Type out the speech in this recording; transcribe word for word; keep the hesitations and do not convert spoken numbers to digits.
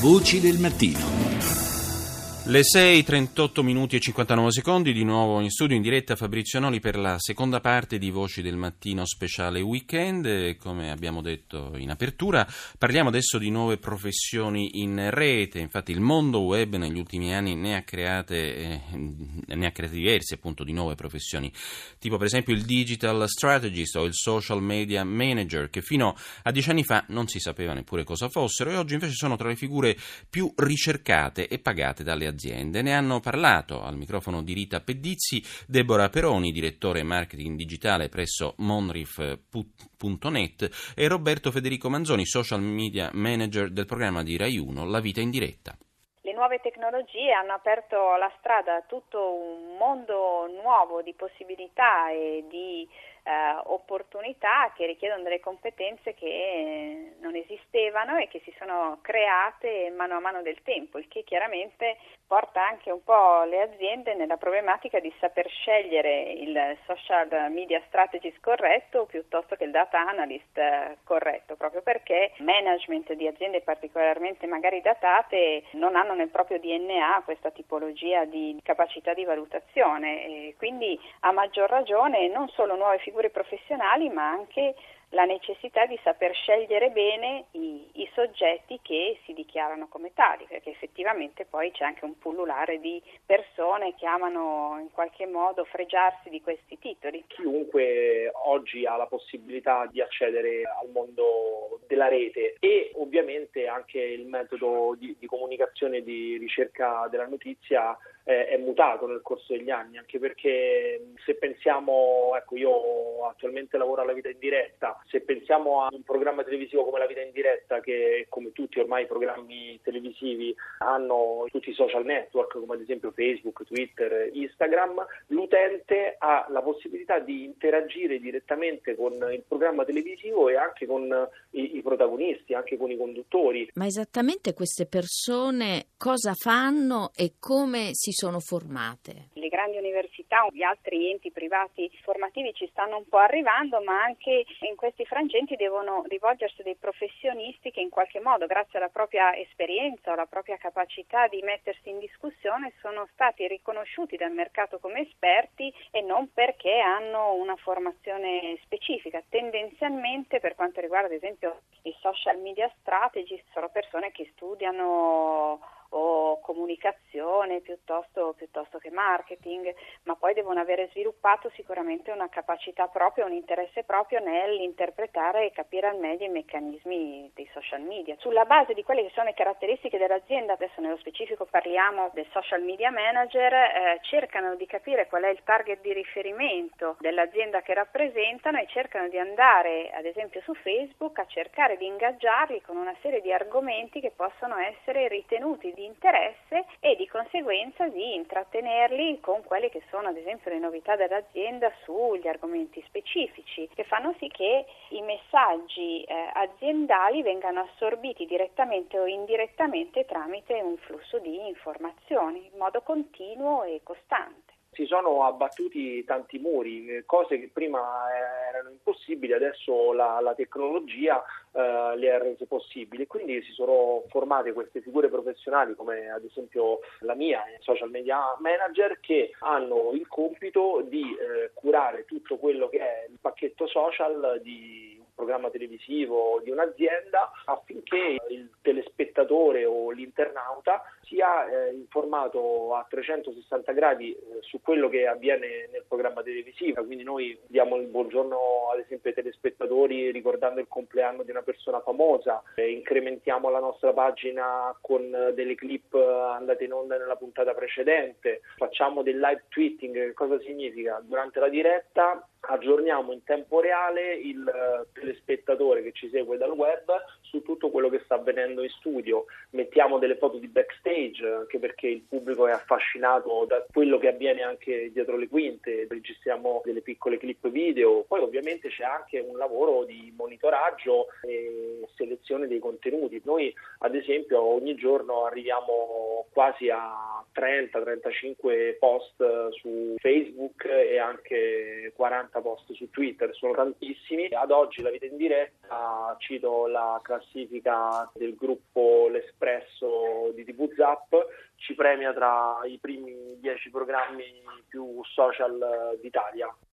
Voci del mattino. Le sei, trentotto minuti e cinquantanove secondi, di nuovo in studio in diretta Fabrizio Noli per la seconda parte di Voci del Mattino speciale weekend. E come abbiamo detto in apertura, parliamo adesso di nuove professioni in rete. Infatti il mondo web negli ultimi anni ne ha create, eh, ne ha create diverse appunto di nuove professioni, tipo per esempio il digital strategist o il social media manager, che fino a dieci anni fa non si sapeva neppure cosa fossero e oggi invece sono tra le figure più ricercate e pagate dalle aziende. Ne hanno parlato al microfono di Rita Pedizzi, Deborah Peroni, direttore marketing digitale presso monrif punto net, e Roberto Federico Manzoni, social media manager del programma di Rai uno La Vita in Diretta. Le nuove tecnologie hanno aperto la strada a tutto un mondo nuovo di possibilità e di eh, opportunità che richiedono delle competenze che non esistevano e che si sono create mano a mano del tempo, il che chiaramente porta anche un po' le aziende nella problematica di saper scegliere il social media strategist corretto piuttosto che il data analyst corretto, proprio perché management di aziende particolarmente magari datate non hanno nel proprio D N A questa tipologia di capacità di valutazione, e quindi a maggior ragione non solo nuove figure professionali ma anche la necessità di saper scegliere bene i, i soggetti che si dichiarano come tali, perché effettivamente poi c'è anche un pullulare di persone che amano in qualche modo fregiarsi di questi titoli. Chiunque oggi ha la possibilità di accedere al mondo della rete e ovviamente anche il metodo di, di comunicazione e di ricerca della notizia eh, è mutato nel corso degli anni, anche perché se pensiamo, ecco, io attualmente lavoro alla Vita in Diretta. Se pensiamo a un programma televisivo come La Vita in Diretta, che come tutti ormai i programmi televisivi hanno tutti i social network, come ad esempio Facebook, Twitter, Instagram, l'utente ha la possibilità di interagire direttamente con il programma televisivo e anche con i, i protagonisti, anche con i conduttori. Ma esattamente queste persone cosa fanno e come si sono formate? Le grandi università, gli altri enti privati formativi ci stanno un po' arrivando, ma anche in questi frangenti devono rivolgersi dei professionisti che in qualche modo, grazie alla propria esperienza o alla propria capacità di mettersi in discussione, sono stati riconosciuti dal mercato come esperti e non perché hanno una formazione specifica. Tendenzialmente, per quanto riguarda ad esempio i social media strategist, sono persone che studiano o comunicazione piuttosto, piuttosto che marketing, ma poi devono avere sviluppato sicuramente una capacità propria, un interesse proprio nell'interpretare e capire al meglio i meccanismi dei social media. Sulla base di quelle che sono le caratteristiche dell'azienda, adesso nello specifico parliamo del social media manager, eh, cercano di capire qual è il target di riferimento dell'azienda che rappresentano e cercano di andare ad esempio su Facebook a cercare di ingaggiarli con una serie di argomenti che possono essere ritenuti di interesse e di conseguenza di intrattenerli con quelle che sono ad esempio le novità dell'azienda sugli argomenti specifici, che fanno sì che i messaggi eh, aziendali vengano assorbiti direttamente o indirettamente tramite un flusso di informazioni in modo continuo e costante. Si sono abbattuti tanti muri, cose che prima erano impossibili, adesso la, la tecnologia eh, le ha rese possibili, quindi si sono formate queste figure professionali come ad esempio la mia, social media manager, che hanno il compito di eh, curare tutto quello che è il pacchetto social di programma televisivo di un'azienda, affinché il telespettatore o l'internauta sia eh, informato a trecentosessanta gradi eh, su quello che avviene nel programma televisivo. Quindi noi diamo il buongiorno ad esempio ai telespettatori ricordando il compleanno di una persona famosa, eh, incrementiamo la nostra pagina con delle clip andate in onda nella puntata precedente, facciamo del live tweeting. Che cosa significa? Durante la diretta aggiorniamo in tempo reale il uh, telespettatore che ci segue dal web su tutto quello che sta avvenendo in studio, mettiamo delle foto di backstage anche perché il pubblico è affascinato da quello che avviene anche dietro le quinte, registriamo delle piccole clip video, poi ovviamente c'è anche un lavoro di monitoraggio e selezione dei contenuti. Noi ad esempio ogni giorno arriviamo quasi a trenta trentacinque post su Facebook e anche quaranta post su Twitter, sono tantissimi. Ad oggi La Vita in Diretta, cito la classifica del gruppo L'Espresso uh, di T V Zap ci premia tra i primi dieci programmi più social uh, d'Italia.